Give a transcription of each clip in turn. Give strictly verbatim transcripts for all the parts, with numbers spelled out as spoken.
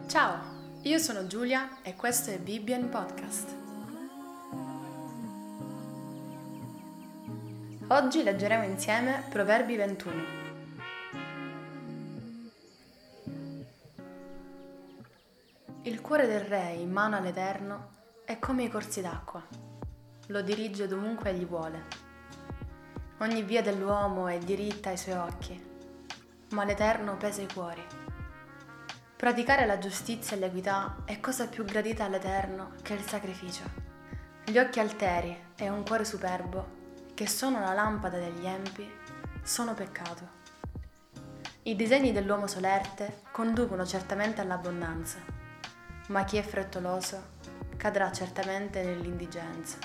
Ciao, io sono Giulia e questo è Bibbia in Podcast. Oggi leggeremo insieme Proverbi ventuno. Il cuore del re in mano all'Eterno è come i corsi d'acqua, lo dirige dovunque egli vuole. Ogni via dell'uomo è diritta ai suoi occhi, ma l'Eterno pesa i cuori. Praticare la giustizia e l'equità è cosa più gradita all'Eterno che il sacrificio. Gli occhi alteri e un cuore superbo, che sono la lampada degli empi, sono peccato. I disegni dell'uomo solerte conducono certamente all'abbondanza, ma chi è frettoloso cadrà certamente nell'indigenza.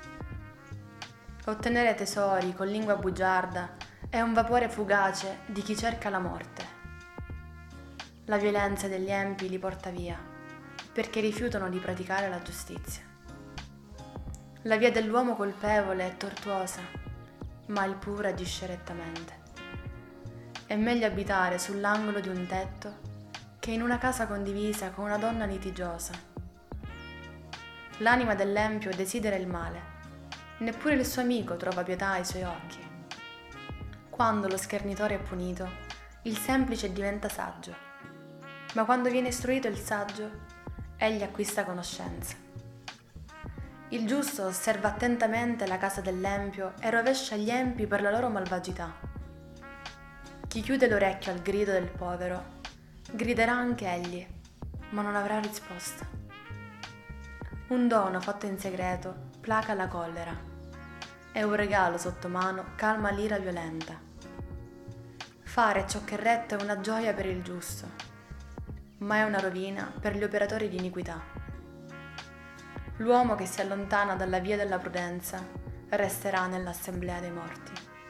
Ottenere tesori con lingua bugiarda è un vapore fugace di chi cerca la morte. La violenza degli empi li porta via, perché rifiutano di praticare la giustizia. La via dell'uomo colpevole è tortuosa, ma il puro agisce rettamente. È meglio abitare sull'angolo di un tetto che in una casa condivisa con una donna litigiosa. L'anima dell'empio desidera il male, neppure il suo amico trova pietà ai suoi occhi. Quando lo schernitore è punito, il semplice diventa saggio. Ma quando viene istruito il saggio, egli acquista conoscenza. Il giusto osserva attentamente la casa dell'empio e rovescia gli empi per la loro malvagità. Chi chiude l'orecchio al grido del povero, griderà anche egli, ma non avrà risposta. Un dono fatto in segreto placa la collera, e un regalo sotto mano calma l'ira violenta. Fare ciò che è retto è una gioia per il giusto, ma è una rovina per gli operatori di iniquità. L'uomo che si allontana dalla via della prudenza resterà nell'assemblea dei morti.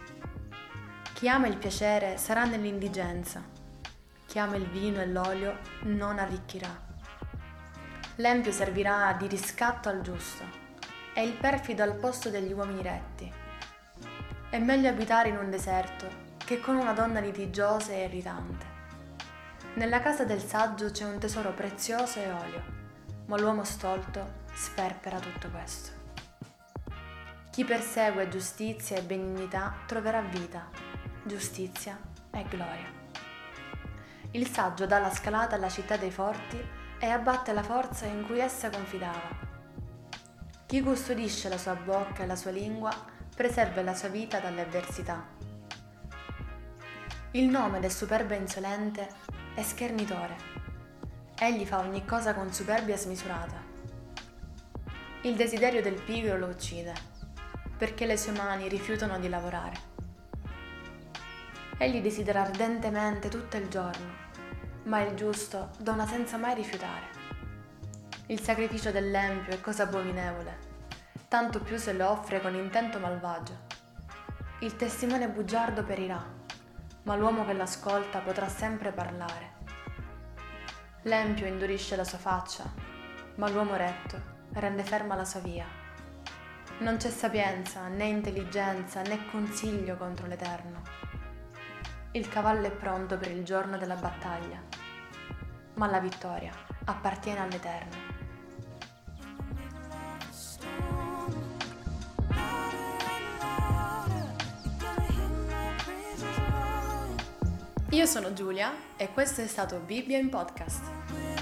Chi ama il piacere sarà nell'indigenza, chi ama il vino e l'olio non arricchirà. L'empio servirà di riscatto al giusto e il perfido al posto degli uomini retti. È meglio abitare in un deserto che con una donna litigiosa e irritante. Nella casa del saggio c'è un tesoro prezioso e olio, ma l'uomo stolto sperpera tutto questo. Chi persegue giustizia e benignità troverà vita, giustizia e gloria. Il saggio dà la scalata alla città dei forti e abbatte la forza in cui essa confidava. Chi custodisce la sua bocca e la sua lingua preserva la sua vita dalle avversità. Il nome del superbo e insolente è schernitore. Egli fa ogni cosa con superbia smisurata. Il desiderio del pigro lo uccide, perché le sue mani rifiutano di lavorare. Egli desidera ardentemente tutto il giorno, ma il giusto dona senza mai rifiutare. Il sacrificio dell'empio è cosa abominevole, tanto più se lo offre con intento malvagio. Il testimone bugiardo perirà, ma l'uomo che l'ascolta potrà sempre parlare. L'empio indurisce la sua faccia, ma l'uomo retto rende ferma la sua via. Non c'è sapienza, né intelligenza, né consiglio contro l'Eterno. Il cavallo è pronto per il giorno della battaglia, ma la vittoria appartiene all'Eterno. Io sono Giulia e questo è stato Bibbia in Podcast.